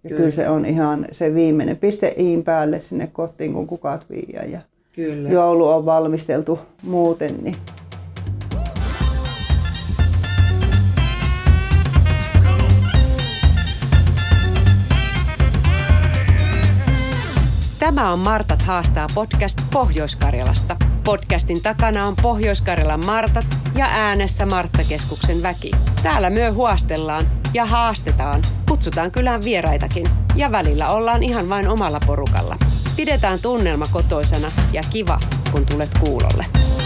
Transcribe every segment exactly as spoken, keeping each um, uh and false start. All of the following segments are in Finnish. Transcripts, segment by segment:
Ja kyllä. kyllä se on ihan se viimeinen piste iin päälle sinne kotiin, kun kukat viiää. Ja kyllä. joulu on valmisteltu muuten. Niin. Tämä on Martat haastaa podcast Pohjois-Karjalasta. Podcastin takana on Pohjois-Karjalan Martat ja äänessä Marttakeskuksen väki. Täällä myö huostellaan ja haastetaan. Kutsutaan kylään vieraitakin ja välillä ollaan ihan vain omalla porukalla. Pidetään tunnelma kotoisana ja kiva, kun tulet kuulolle.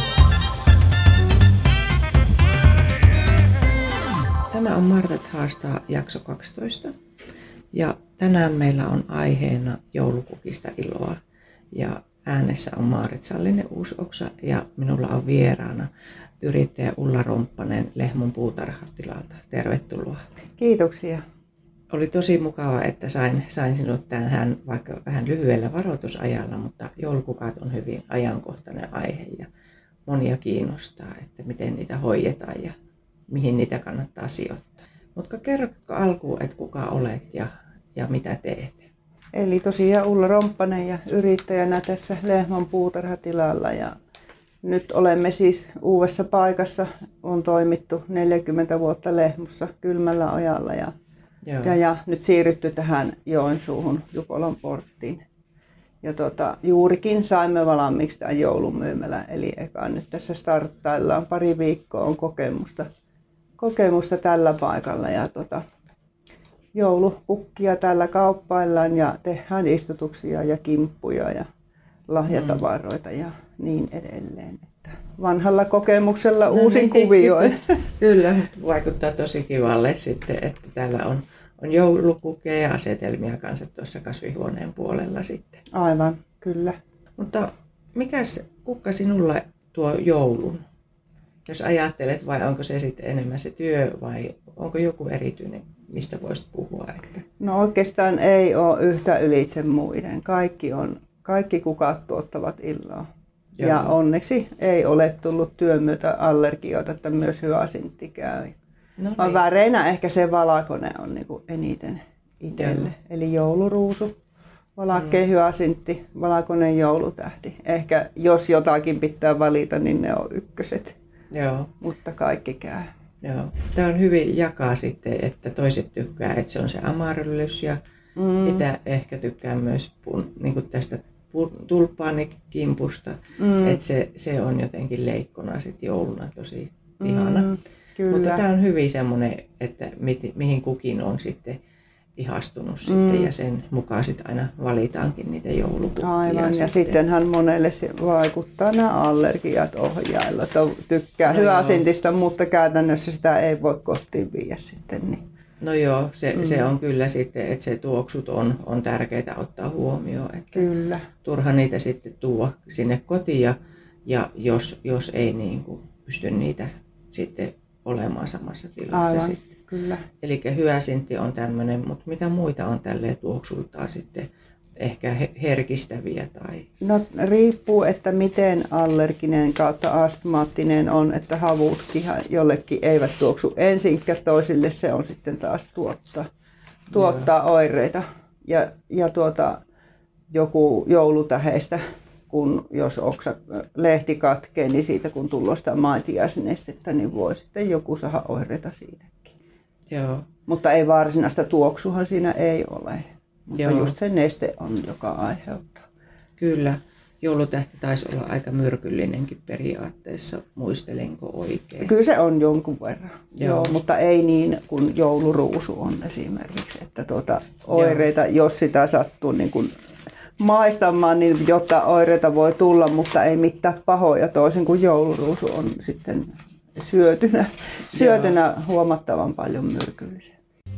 Tämä on Martat haastaa jakso kaksitoista. Ja tänään meillä on aiheena joulukukista iloa ja äänessä on Maarit Sallinen Uusoksa ja minulla on vieraana yrittäjä Ulla Romppanen Lehmun puutarhatilalta. Tervetuloa. Kiitoksia. Oli tosi mukava, että sain, sain sinut tähän vaikka vähän lyhyellä varoitusajalla, mutta joulukukat on hyvin ajankohtainen aihe ja monia kiinnostaa, että miten niitä hoidetaan ja mihin niitä kannattaa sijoittaa. Mutta kerro alkuun, että kuka olet ja, ja mitä teet? Eli tosiaan Ulla Romppanen ja yrittäjänä tässä Lehmon puutarhatilalla. Ja nyt olemme siis uudessa paikassa. On toimittu neljäkymmentä vuotta Lehmussa Kylmällä ojalla ja, ja, ja nyt siirrytty tähän Joensuuhun Jukolan porttiin. Ja tota, juurikin saimme valmiiksi tämän joulumyymälän. Eli eka nyt tässä starttaillaan pari viikkoa on kokemusta. kokemusta tällä paikalla ja tota, joulupukkia täällä kauppaillaan ja tehdään istutuksia ja kimppuja ja lahjatavaroita ja niin edelleen. Että vanhalla kokemuksella no uusin niin, kuvioin. Kyllä, vaikuttaa tosi kivalle sitten, että täällä on, on joulupukkeja ja asetelmia kanssa tuossa kasvihuoneen puolella sitten. Aivan, kyllä. Mutta mikäs kukka sinulle tuo joulun? Jos ajattelet, vai onko se sitten enemmän se työ vai onko joku erityinen, mistä voisit puhua? Että... No oikeastaan ei ole yhtä ylitse muiden. Kaikki, on, kaikki kukat tuottavat iloa. Joo. Ja onneksi ei ole tullut työn myötä allergioita, että myös hyasintti käy. No niin. Väreinä ehkä se valakone on niin kuin eniten itselle. Joo. Eli jouluruusu, valakkeen mm. hyasintti, valakonen joulutähti. Ehkä jos jotakin pitää valita, niin ne on ykköset. Joo. Mutta kaikki käy. Joo. Tämä on hyvin jakaa sitten, että toiset tykkää, että se on se amaryllis ja mm. itse ehkä tykkään myös niin kuin tästä tulppaanikimpusta, mm. että se, se on jotenkin leikkona sitten jouluna tosi mm. ihana. Kyllä. Mutta tämä on hyvin semmoinen, että mi, mihin kukin on sitten ihastunut mm. sitten ja sen mukaan sitten aina valitaankin niitä joulupukkia. Aivan, ja sitten. sittenhän monelle vaikuttaa nämä allergiat ohjailla. Tykkää no hyasintistä, joo. mutta käytännössä sitä ei voi kotiin viedä sitten. Niin. No joo, se, mm. se on kyllä sitten, että se tuoksut on, on tärkeää ottaa huomioon. Että kyllä. Turha niitä sitten tuoda sinne kotiin ja, ja jos, jos ei niin kuin pysty niitä sitten olemaan samassa tilassa. Aivan. Sitten. Kyllä. Eli hyasintti on tämmöinen, mutta mitä muita on tälleen tuoksultaan sitten ehkä herkistäviä? Tai... No riippuu, että miten allerginen kautta astmaattinen on, että havutkin jollekin eivät tuoksu ensinkään, toisille se on sitten taas tuottaa, tuottaa oireita. Ja, ja tuota, joku joulutäheistä, kun jos oksa lehti katkee, niin siitä kun tulee sitä maitiaisnestettä, niin voi sitten joku saada oireita siitä. Joo. Mutta ei varsinaista tuoksuhan siinä ei ole. Mutta Joo. just se neste on, joka aiheuttaa. Kyllä. Joulutähti taisi olla aika myrkyllinenkin periaatteessa, muistelenko oikein? Kyllä se on jonkun verran, Joo. Joo, mutta ei niin kuin jouluruusu on esimerkiksi. Että tuota, oireita, Joo. jos sitä sattuu niin kuin maistamaan, niin jotta oireita voi tulla, mutta ei mitään pahoja, toisin kuin jouluruusu on sitten syötynä, syötynä huomattavan paljon myrkyllisiä.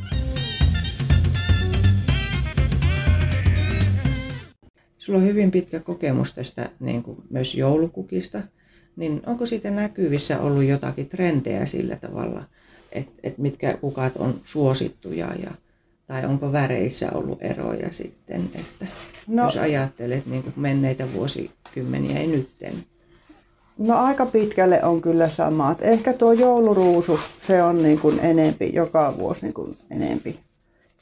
Sulla on hyvin pitkä kokemus tästä niin kuin myös joulukukista, niin onko siitä näkyvissä ollut jotakin trendejä sillä tavalla, että, että mitkä kukat on suosittuja ja, tai onko väreissä ollut eroja sitten, että no, jos ajattelet niin kuin menneitä vuosikymmeniä ja nytten? No aika pitkälle on kyllä samat. Ehkä tuo jouluruusu, se on niin kuin enempi, joka vuosi niin kuin enempi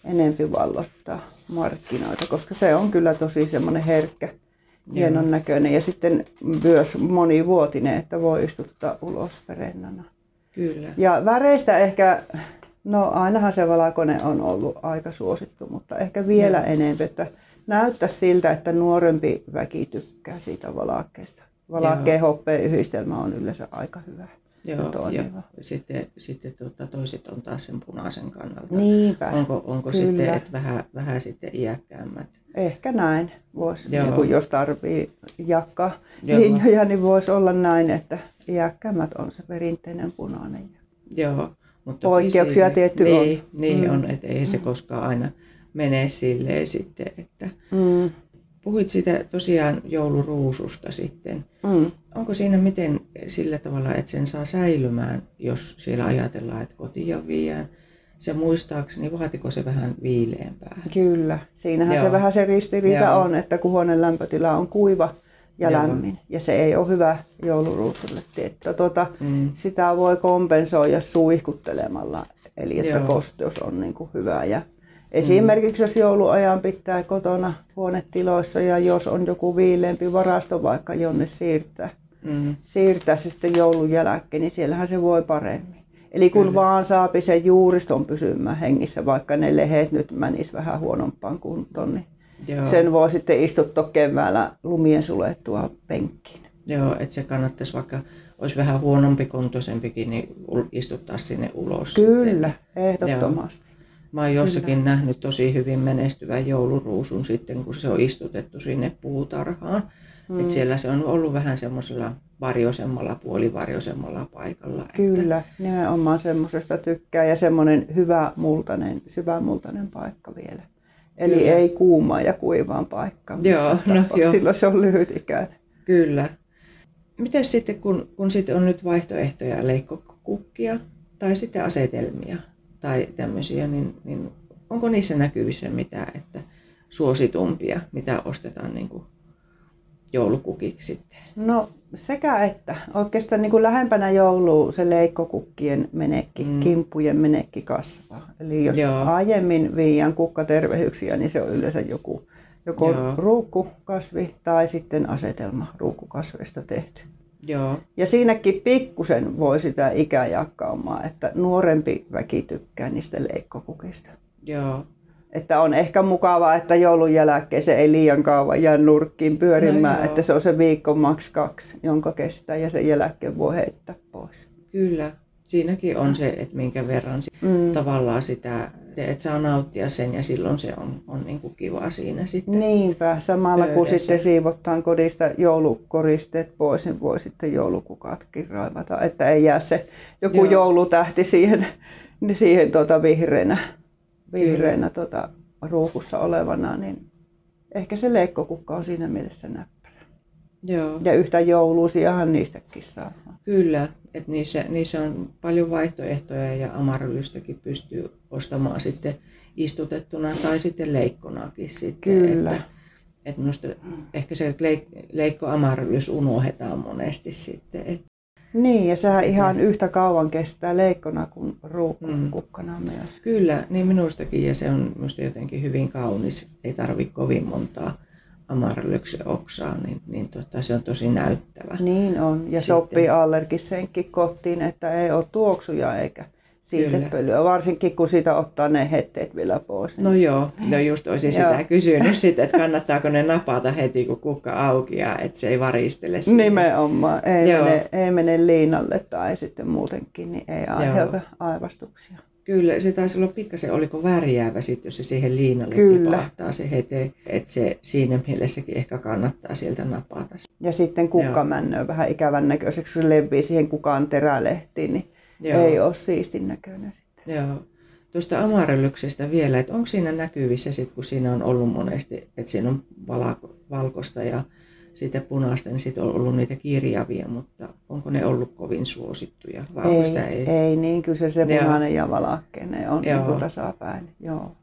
enempi vallottaa markkinoita, koska se on kyllä tosi semmoinen herkkä, hienon näköinen ja sitten myös monivuotinen, että voi istuttaa ulos perennana. Kyllä. Ja väreistä ehkä, no ainahan se valkoinen on ollut aika suosittu, mutta ehkä vielä Joo. enemmän, että näyttää siltä, että nuorempi väki tykkää siitä valakkeesta. Valakkeen hoppeen yhdistelmä on yleensä aika hyvä. Joo, ja sitten, sitten tuota, toiset on taas sen punaisen kannalta. Niinpä. Onko, onko sitten, että vähän, vähän sitten iäkkäämmät? Ehkä näin. Voisi, niin kun jos tarvii jakaa linjoja, niin voisi olla näin, että iäkkäämmät on se perinteinen punainen. Joo, mutta poikkeuksia sille, tietty niin, on. Niin mm. on, että ei se koskaan aina mene silleen sitten, että... Mm. Puhuit siitä tosiaan jouluruususta sitten. Mm. Onko siinä miten sillä tavalla, että sen saa säilymään, jos siellä ajatellaan, että kotiin viiään? Se muistaakseni, vaatiko se vähän viileämpää? Kyllä. Siinähän Joo. se vähän se ristiriita Joo. on, että kun huoneen lämpötila on kuiva ja Joo. lämmin. Ja se ei ole hyvä jouluruusulle. Että tuota, mm. sitä voi kompensoida suihkuttelemalla. Eli että Joo. kosteus on niin kuin hyvä. Ja esimerkiksi jos jouluajan pitää kotona huonetiloissa ja jos on joku viileämpi varasto vaikka jonne siirtää, mm. siirtää se sitten joulun jälkeen, niin siellähän se voi paremmin. Eli kun Kyllä. vaan saapi sen juuriston pysymään hengissä, vaikka ne lehet nyt menis vähän huonompaan kuntoon, niin Joo. sen voi sitten istuttaa keväällä lumien sulettua penkkiin. Joo, että se kannattaisi vaikka, olisi vähän huonompi kuntoisempikin, niin istuttaa sinne ulos. Kyllä, sitten. ehdottomasti. Joo. Mä oon jossakin Kyllä. nähnyt tosi hyvin menestyvän jouluruusun sitten, kun se on istutettu sinne puutarhaan. Mm. Et siellä se on ollut vähän semmoisella varjosemmalla, puolivarjosemmalla paikalla. Kyllä, että... nimenomaan semmoisesta tykkää ja semmoinen hyvä multainen, syvämultainen paikka vielä. Eli Kyllä. ei kuumaan ja kuivaan paikkaan, Joo, no, jo. silloin se on lyhytikäinen. Kyllä. Miten sitten, kun, kun sitten on nyt vaihtoehtoja, leikkokukkia tai sitten asetelmia tai tämmöisiä, niin, niin onko niissä näkyvissä mitään, että suositumpia, mitä ostetaan niin kuin joulukukiksi sitten? No sekä että. Oikeastaan niin kuin lähempänä joulua se leikkokukkien menekki, mm. kimppujen menekki kasvaa. Eli jos Joo. aiemmin viiän kukkatervehdyksiä, niin se on yleensä joku, joko Joo. ruukkukasvi tai sitten asetelma ruukkukasveista tehty. Joo. Ja siinäkin pikkusen voi sitä ikäjakaumaa, että nuorempi väki tykkää niistä leikkokukista. Joo. Että on ehkä mukavaa, että joulun jälkeen se ei liian kauan jää nurkkiin pyörimään, no että se on se viikko maks kaksi, jonka kestää ja sen jälkeen voi heittää pois. Kyllä, siinäkin on se, että minkä verran mm. tavallaan sitä, että saa nauttia sen ja silloin se on, on niin kuin kiva siinä sitten. Niinpä, samalla pöydässä. Kun sitten siivotaan kodista joulukoristeet pois, niin voi sitten joulukukatkin raivata, että ei jää se joku Joo. joulutähti siihen, siihen tuota vihreänä. vihreänä tuota, ruukussa olevana, niin ehkä se leikkokukka on siinä mielessä näppärä. Joo. Ja yhtä jouluisiahan niistäkin saa. Kyllä, että niissä, niissä on paljon vaihtoehtoja ja amaryllystäkin pystyy ostamaan sitten istutettuna tai sitten leikkonakin. Sitten, Kyllä. Että, että minusta ehkä se leik- leikko-amaryllys unohdetaan monesti sitten. Että niin, ja sehän Sitten. ihan yhtä kauan kestää leikkona kuin ruukkukukkana mm. myös. Kyllä, niin minustakin, ja se on minusta jotenkin hyvin kaunis. Ei tarvitse kovin montaa amarylyksen oksaa, niin, niin tota, se on tosi näyttävä. Niin on, ja Sitten. sopii allergiseenkin kotiin, että ei ole tuoksuja eikä siitepölyä, varsinkin kun siitä ottaa ne hetteet vielä pois. No joo, no just olisin sitä kysynyt sitten, että kannattaako ne napata heti kun kukka auki ja että se ei varistele siihen. Nimenomaan, ei mene, ei mene liinalle tai sitten muutenkin, niin ei aiheuta aivastuksia. Kyllä, se taisi olla pikkasen, oliko värjäävä sitten, jos se siihen liinalle Kyllä. tipahtaa se hete, että se siinä mielessäkin ehkä kannattaa sieltä napata. Ja sitten kukkamännöä vähän ikävän näköiseksi, kun se levii siihen kukaan terälehtiin, niin Joo. ei ole siistin näköinen sitten. Joo. Tuosta amarylyksestä vielä, että onko siinä näkyvissä sit, kun siinä on ollut monesti, että siinä on valko, valkoista ja sitten punaista, niin sitten on ollut niitä kirjavia, mutta onko ne ollut kovin suosittuja? Vai ei, sitä ei? ei, niin kyllä se, se punainen ja valakkeinen on niin kuin tasapäin. Joo.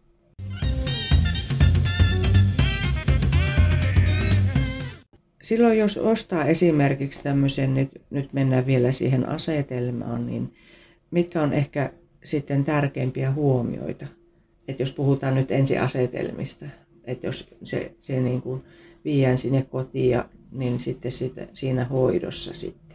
Silloin jos ostaa esimerkiksi tämmöisen, nyt, nyt mennään vielä siihen asetelmaan, niin mitkä on ehkä sitten tärkeimpiä huomioita? että jos puhutaan nyt ensiasetelmista, että jos se, se niin kuin viedään sinne kotiin, ja, niin sitten sitä, siinä hoidossa sitten.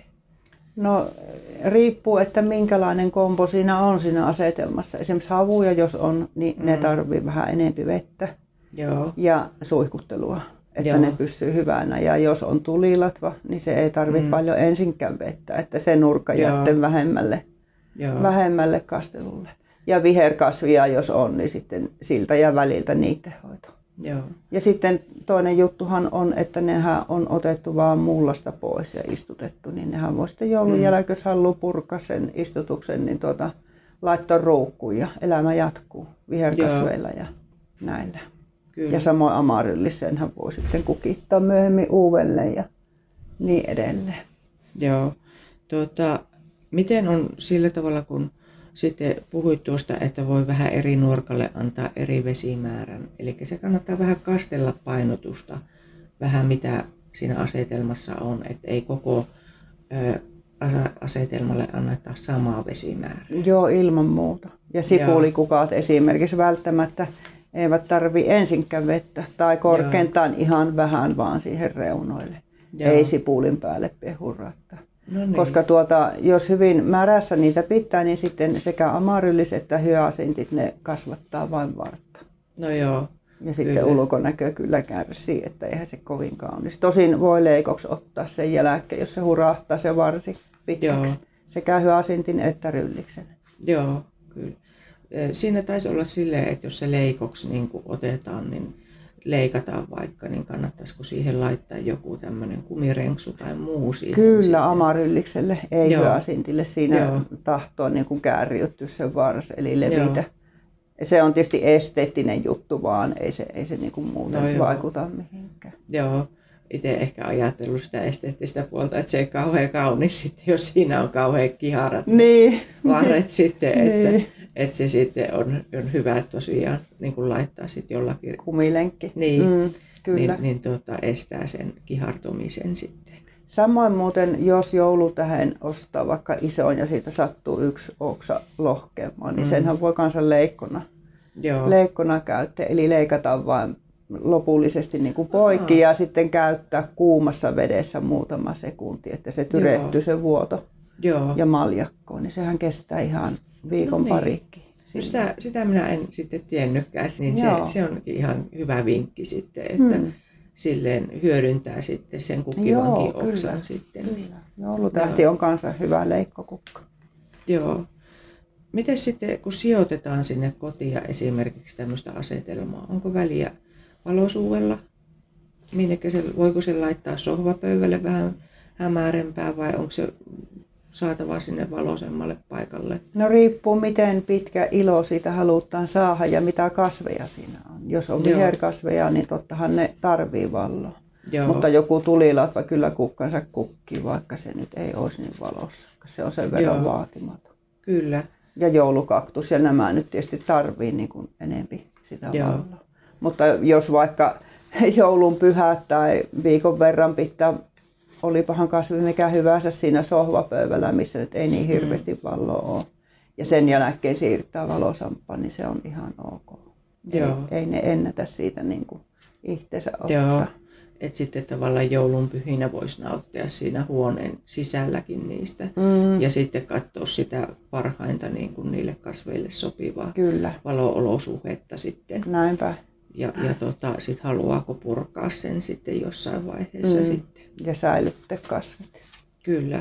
No riippuu, että minkälainen kompo siinä on siinä asetelmassa. Esimerkiksi havuja jos on, niin mm. ne tarvii vähän enempi vettä. Joo. Ja suihkuttelua, että Joo. ne pysyy hyvänä. Ja jos on tulilatva, niin se ei tarvitse mm. paljon ensinkään vettä, että se nurkka jätte vähemmälle, vähemmälle kastelulle. Ja viherkasvia jos on, niin sitten siltä ja väliltä niiden hoito. Joo. Ja sitten toinen juttuhan on, että nehän on otettu vaan mullasta pois ja istutettu, niin nehän voi sitten joulun jälkeen, jos haluaa purkaa sen istutuksen, niin tuota, laittaa ruukkuun ja elämä jatkuu viherkasveilla ja näillä. Kyllä. Ja samoin amaryllissenhän voi sitten kukittaa myöhemmin uudelleen ja niin edelleen. Joo. Tuota, miten on sillä tavalla, kun sitten puhuit tuosta, että voi vähän eri nuorkalle antaa eri vesimäärän. Eli se kannattaa vähän kastella painotusta, vähän mitä siinä asetelmassa on, että ei koko ö, asetelmalle anneta samaa vesimäärää. Joo, ilman muuta. Ja sipulikukat esimerkiksi välttämättä eivät tarvitse ensinkään vettä tai korkeintaan Joo. ihan vähän vaan siihen reunoille. Joo. Ei sipulin päälle pehurrattaa. No niin. Koska tuota, jos hyvin märässä niitä pitää, niin sitten sekä amaryllis että hyasintit ne kasvattaa vain vartta. No joo. Ja sitten kyllä. ulkonäkö kyllä kärsii, että eihän se kovin kaunis. Tosin voi leikoksi ottaa sen jälkeen, jos se hurahtaa se varsi pitkäksi. Joo. Sekä hyasintin että rylliksen. Joo, kyllä. Siinä taisi olla silleen, että jos se leikoksi niin kuin otetaan, niin leikataan vaikka, niin kannattaisiko siihen laittaa joku tämmöinen kumirenksu tai muu siihen? Kyllä, sitten? amaryllikselle, ei Joo. hyasintille. Siinä Joo. tahtoo niin kuin kääriyttyä se varsi, eli levitä. Joo. Se on tietysti esteettinen juttu vaan, ei se, ei se niin kuin muuten no vaikuta mihinkään. Joo, itse ehkä ajatellut sitä esteettistä puolta, että se ei kauhean kaunis sitten, jos siinä on kauhean kiharat niin. varret sitten, että, niin. että se sitten on, on hyvä tosiaan niin kuin laittaa sitten jollakin kumilenkki. Niin, mm, kyllä. niin, niin tuota, estää sen kihartumisen sitten. Samoin muuten, jos joulutähen ostaa vaikka ison ja siitä sattuu yksi oksa lohkeamaan, niin mm. senhän voi kanssa leikkona, leikkona käyttää. Eli leikataan vain lopullisesti niin kuin poikki ja sitten käyttää kuumassa vedessä muutama sekunti, että se tyrehtyy se vuoto Joo. ja maljakko, niin sehän kestää ihan viikon no niin. parikin. No sitä, sitä minä en sitten tiennytkään, niin se, se onkin ihan hyvä vinkki sitten, että hmm. silleen hyödyntää sitten sen kukkivankin Joo, oksan kyllä, sitten. Kyllä. Joulutähti Joo. on kanssa hyvä leikkokukka. Joo. Miten sitten, kun sijoitetaan sinne kotiin esimerkiksi tämmöistä asetelmaa, onko väliä valosuudella? Minnekä se, voiko se laittaa sohvapöydälle vähän hämärempää vai onko se saatava sinne valoisemmalle paikalle? No riippuu miten pitkä ilo siitä halutaan saada ja mitä kasveja siinä on. Jos on Joo. viherkasveja, niin tottahan ne tarvii valoa. Joo. Mutta joku tulilatva kyllä kukkansa kukkii, vaikka se nyt ei olisi niin valossa. Se on sen verran Joo. vaatimaton. Kyllä. Ja joulukaktus ja nämä nyt tietysti tarvii niin kuin enempi sitä Joo. valoa. Mutta jos vaikka joulun pyhät tai viikon verran pitää, olipahan kasvi mikä hyvänsä siinä sohvapöydällä, missä nyt ei niin hirveästi valoa ole. Ja sen jälkeen siirtää valosampaan, niin se on ihan ok. Joo. Ei, ei ne ennätä siitä niin kuin itseensä ottaa. Joo. Että sitten tavallaan joulun pyhinä voisi nauttia siinä huoneen sisälläkin niistä. Mm. Ja sitten katsoa sitä parhainta niin kuin niille kasveille sopivaa Kyllä. valo-olosuhdetta sitten. Näinpä. Ja, ja tota, sitten haluaako purkaa sen sitten jossain vaiheessa mm. sitten. Ja säilyttää kasvit. Kyllä.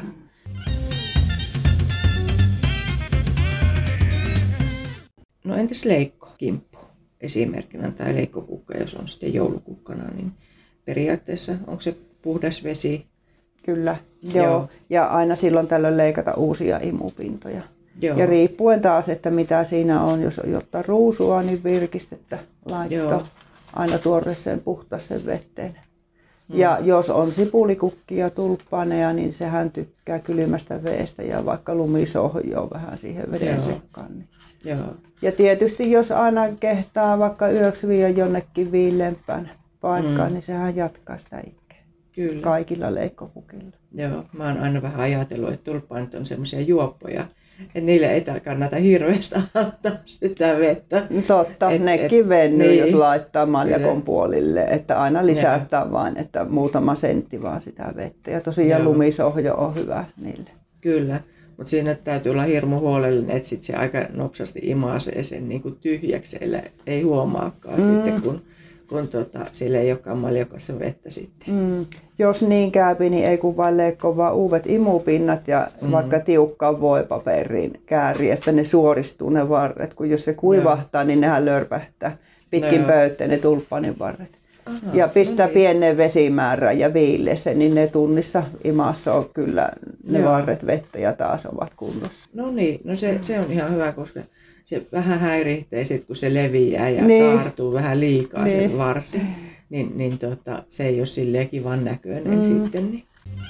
No entäs leikkokimppu esimerkkinä tai leikkokukka, jos on sitten joulukukkana, niin periaatteessa onko se puhdas vesi? Kyllä, joo. joo. Ja aina silloin tällöin leikata uusia imupintoja. Joo. Ja riippuen taas, että mitä siinä on, jos on jotain ruusua, niin virkistettä laittaa Joo. aina tuoreeseen puhtaaseen veteen. Hmm. Ja jos on sipulikukkia, tulppaaneja, niin sehän tykkää kylmästä veestä ja vaikka lumisohjoa vähän siihen veden sekaan. Niin. Joo. Ja tietysti jos aina kehtaa vaikka yöksi viiä jonnekin viileämpään paikkaan, hmm. niin sehän jatkaa sitä ikää. Kyllä. Kaikilla leikkokukilla. Joo, mä oon aina vähän ajatellut, että tulppaanit on semmoisia juoppoja, Et niille ei kannata hirveästi antaa sitä vettä. Totta, et, nekin et, vennyy, niin. jos laittaa maljakon Kyllä. puolille, että aina lisätään vain, että muutama sentti vaan sitä vettä. Ja tosiaan Joo. lumisohjo on hyvä niille. Kyllä, mutta siinä täytyy olla hirmu huolellinen, että sit se aika nopsasti imaisee sen niin kuin tyhjäksi, ei huomaakaan mm. sitten, kun, kun tota, sillä ei olekaan maljakassa vettä sitten. Mm. Jos niin käypi, niin ei kun vain leikkoa vaan uudet imupinnat ja mm. vaikka tiukkaan voipaperiin kääri, että ne suoristuu ne varret, kun jos se kuivahtaa, no. niin nehän lörpähtää pitkin no. pöytteen ne tulppanin varret. Aha, ja pistää no niin. pienen vesimäärän ja viille se, niin ne tunnissa imassa on kyllä ne Joo. varret vettä ja taas ovat kunnossa. No niin, no se, se on ihan hyvä, koska se vähän häiritsee sit, kun se leviää ja niin. kaartuu vähän liikaa niin. sen varsi. Niin, niin tota, se ei ole silleen kivan näköinen mm. sitten. Niin.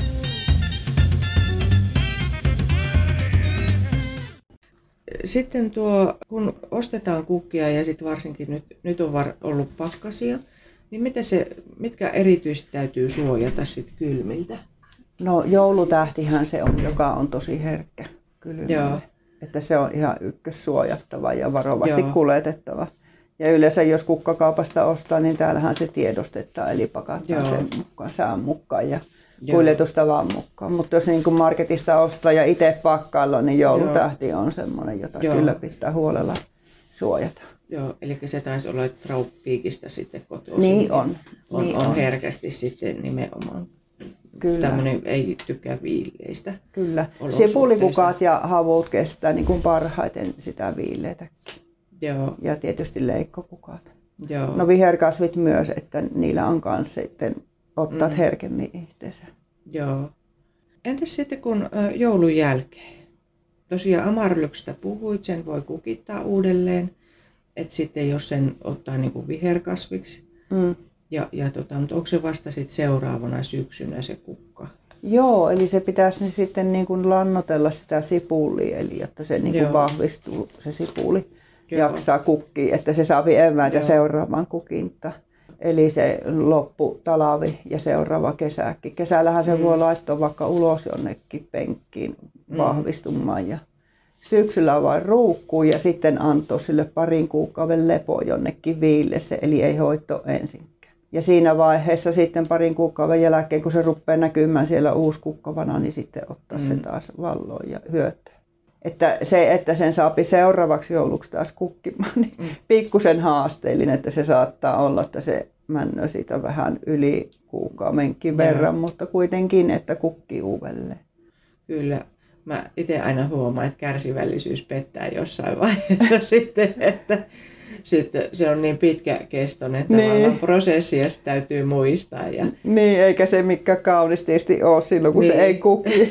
Sitten tuo, kun ostetaan kukkia ja sit varsinkin nyt, nyt on var, ollut pakkasia, niin mitä se, mitkä erityisesti täytyy suojata sit kylmiltä? No joulutähtihän se on, joka on tosi herkkä kylmälle. Että se on ihan ykkössuojattava ja varovasti Joo. kuljetettava. Ja yleensä jos kukkakaupasta ostaa, niin täällähän se tiedostetaan, eli pakataan sen mukaan, sään mukaan ja Joo. kuljetustavan mukaan. Mutta jos niin kuin marketista ostaa ja itse pakkailla, niin joulutähti Joo. on semmoinen, jota Joo. kyllä pitää huolella suojata. Joo, eli se taisi olla Trout-Peakista sitten kotoisin. Niin on. On, niin on on herkästi sitten nimenomaan. Kyllä. Tämmöinen ei tykkää viileistä. Kyllä. Sipulikukat ja havut kestää niin kuin parhaiten sitä viileitäkin. Joo. Ja tietysti leikkokukat. Joo. No viherkasvit myös, että niillä on myös sitten ottaa mm. herkemmin itseensä. Joo. Entäs sitten kun joulun jälkeen? Tosiaan amarylyksestä puhuit, sen voi kukittaa uudelleen. Että sitten jos sen ottaa niin kuin viherkasviksi. Mm. Ja, ja tota, mutta onko se vasta sitten seuraavana syksynä se kukka? Joo, eli se pitäisi sitten niin kuin lannotella sitä sipulia, eli että se niin kuin vahvistuu se sipuli. Joo. Jaksaa kukkia, että se saa eväitä seuraavaan kukinta. Eli se loppu talvi ja seuraava kesäkin. Kesällähän se mm. voi laittaa vaikka ulos jonnekin penkkiin mm. vahvistumaan. Ja syksyllä vain ruukkuu ja sitten antaa sille parin kuukauden lepo jonnekin viillessä, eli ei hoito ensinkään. Ja siinä vaiheessa sitten parin kuukauden jälkeen, kun se rupeaa näkymään siellä uuskukkovana, niin sitten ottaa mm. se taas valloon ja hyötyä. Että se, että sen saapi seuraavaksi jouluksi taas kukkimaan, niin mm. pikkusen haasteellinen, että se saattaa olla, että se männö siitä vähän yli kuukaudenkin verran, mutta kuitenkin, että kukkii uudelleen. Kyllä. Mä itse aina huomaan, että kärsivällisyys pettää jossain vaiheessa sitten, että sitten se on niin pitkäkestoinen että niin. tavallaan prosessi ja se täytyy muistaa. Ja... Niin, eikä se mikään kaunis tietysti ole silloin, kun niin. se ei kuki.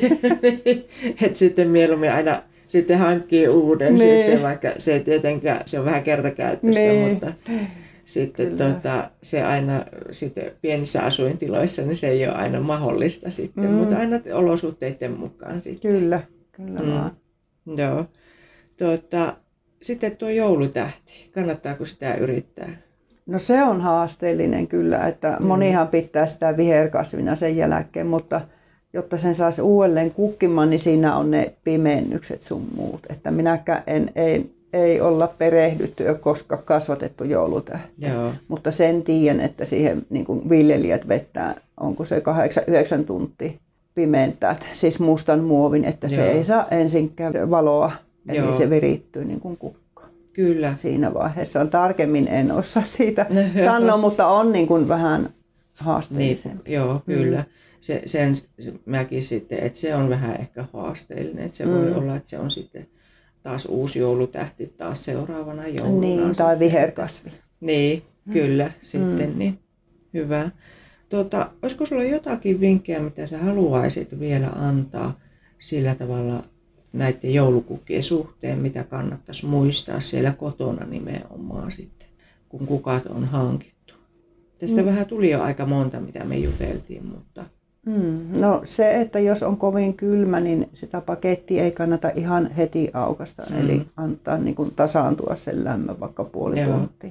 Että sitten mieluummin aina sitten hankkii uuden, niin. sitten, vaikka se tietenkään, se on vähän kertakäyttöistä, niin. mutta sitten tota, se aina sitten pienissä asuintiloissa, niin se ei ole aina mahdollista sitten, mm. mutta aina olosuhteiden mukaan sitten. Kyllä, kyllä mm. vaan. Joo. Tuota, sitten tuo joulutähti, kannattaako sitä yrittää? No se on haasteellinen kyllä, että mm. monihan pitää sitä viherkasvina sen jälkeen, mutta jotta sen saisi uudelleen kukkimaan, niin siinä on ne pimennykset sun muut. Että minäkään en, ei, ei olla perehdytty ja koska kasvatettu joulutähti. Joo. Mutta sen tiedän, että siihen niin kuin viljelijät vettää, onko se kahdeksan yhdeksän tuntia pimentää, siis mustan muovin, että Joo. se ei saa ensinkään valoa, eli Joo. se virittyy niin kuin kukka. Kyllä. Siinä vaiheessa on tarkemmin, en osaa siitä sanoa, mutta on niin kuin vähän haasteellisempi. Niin, joo, kyllä. Mm. Se, sen mäkin sitten, että se on vähän ehkä haasteellinen. Että se mm. voi olla, että se on sitten taas uusi joulutähti taas seuraavana jouluna. Niin, tai sitten, viherkasvi. Että, niin, kyllä mm. sitten. Niin. Hyvä. Tuota, olisiko sulla jotakin vinkkejä, mitä sä haluaisit vielä antaa sillä tavalla näiden joulukukkien suhteen, mitä kannattaisi muistaa siellä kotona nimenomaan sitten, kun kukat on hankittu? Tästä mm. vähän tuli jo aika monta, mitä me juteltiin, mutta... Mm. No se, että jos on kovin kylmä, niin sitä pakettia ei kannata ihan heti aukasta, mm. eli antaa niin kuin tasaantua sen lämmön vaikka puoli tuntia.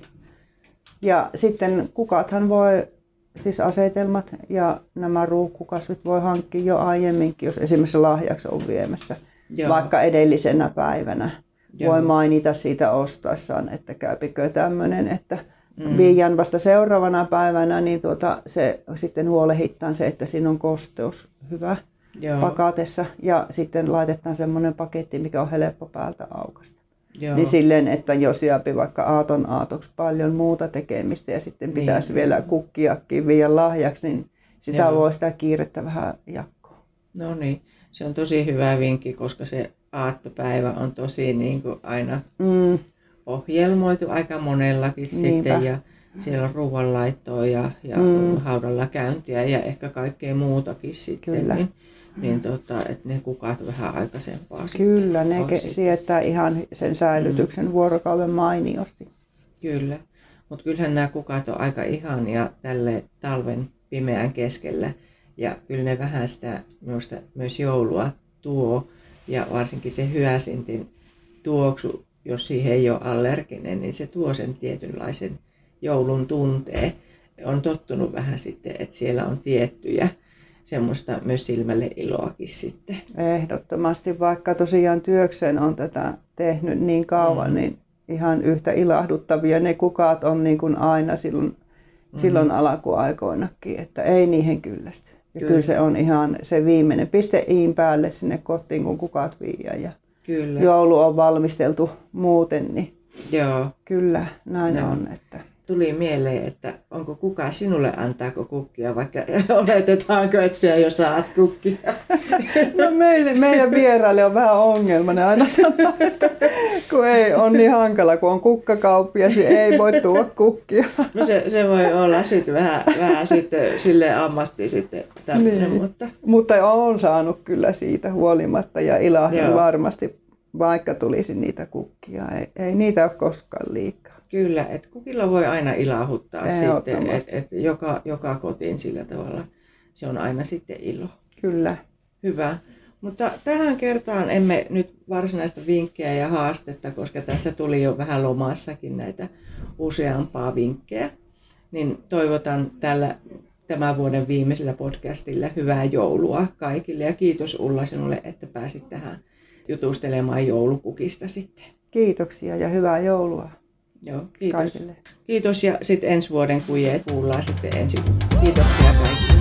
Ja sitten kukathan voi, siis asetelmat ja nämä ruukkukasvit voi hankkia jo aiemminkin, jos esimerkiksi lahjaksi on viemässä. Joo. Vaikka edellisenä päivänä. Joo. Voi mainita siitä ostaessaan, että käypikö tämmöinen, että mm. viian vasta seuraavana päivänä, niin tuota, se sitten huolehittaan se, että siinä on kosteus hyvä Joo. pakatessa ja sitten laitetaan semmoinen paketti, mikä on helppo päältä aukaista. Joo. Niin silleen, että jos jääpi vaikka aaton aatoksi paljon muuta tekemistä ja sitten pitäisi niin. vielä kukkiakin viian lahjaksi, niin sitä Joo. voi sitä kiirettä vähän jakkoa. No niin, se on tosi hyvä vinkki, koska se aattopäivä on tosi niin kuin aina mm. ohjelmoitu aika monellakin Niinpä. sitten ja siellä on ruoanlaittoa ja, ja mm. haudalla käyntiä ja ehkä kaikkea muutakin sitten. Kyllä. Niin, niin tota, että ne kukat vähän aikaisempaa Kyllä, ne ke- sietää ihan sen säilytyksen mm. vuorokauden mainiosti. Kyllä, mutta kyllähän nämä kukat on aika ihania tälle talven pimeän keskellä ja kyllä ne vähän sitä minusta myös joulua tuo ja varsinkin se hyösintin tuoksu, jos siihen ei ole allerginen, niin se tuo sen tietynlaisen joulun tunteen. On tottunut vähän sitten, että siellä on tiettyjä semmoista myös silmälle iloakin sitten. Ehdottomasti, vaikka tosiaan työkseen on tätä tehnyt niin kauan, mm. niin ihan yhtä ilahduttavia ne kukat on niin kuin aina silloin, mm. silloin alkuaikoinakin, että ei niihin kyllästy. Ja kyllä. kyllä se on ihan se viimeinen piste iin päälle sinne kotiin, kun kukat viiää ja kyllä. joulu on valmisteltu muuten, niin Joo. kyllä näin Joo. on. Että tuli mieleen, että onko kuka sinulle antaako kukkia, vaikka oletetaanko, että sinä jo saat kukkia? No meille, meidän vieraille on vähän ongelma. Ne aina sanoo, että kun ei on niin hankala, kun on kukkakauppias, niin ei voi tuoda kukkia. No se, se voi olla sitten vähän, vähän sitten sille ammatti sitten tämmöinen, niin. mutta... Mutta on saanut kyllä siitä huolimatta ja ilahdun varmasti, vaikka tulisi niitä kukkia. Ei, ei niitä ole koskaan liikaa. Kyllä, että kukilla voi aina ilahuttaa sitten, että et joka, joka kotiin sillä tavalla se on aina sitten ilo. Kyllä. Hyvä. Mutta tähän kertaan emme nyt varsinaista vinkkejä ja haastetta, koska tässä tuli jo vähän lomassakin näitä useampaa vinkkejä. Niin toivotan tällä tämän vuoden viimeisellä podcastilla hyvää joulua kaikille ja kiitos Ulla sinulle, että pääsit tähän jutustelemaan joulukukista sitten. Kiitoksia ja hyvää joulua. Joo, kiitos. Kaikille. Kiitos ja sitten ensi vuoden kujeet kuullaan sitten ensi. Kiitoksia kaikille.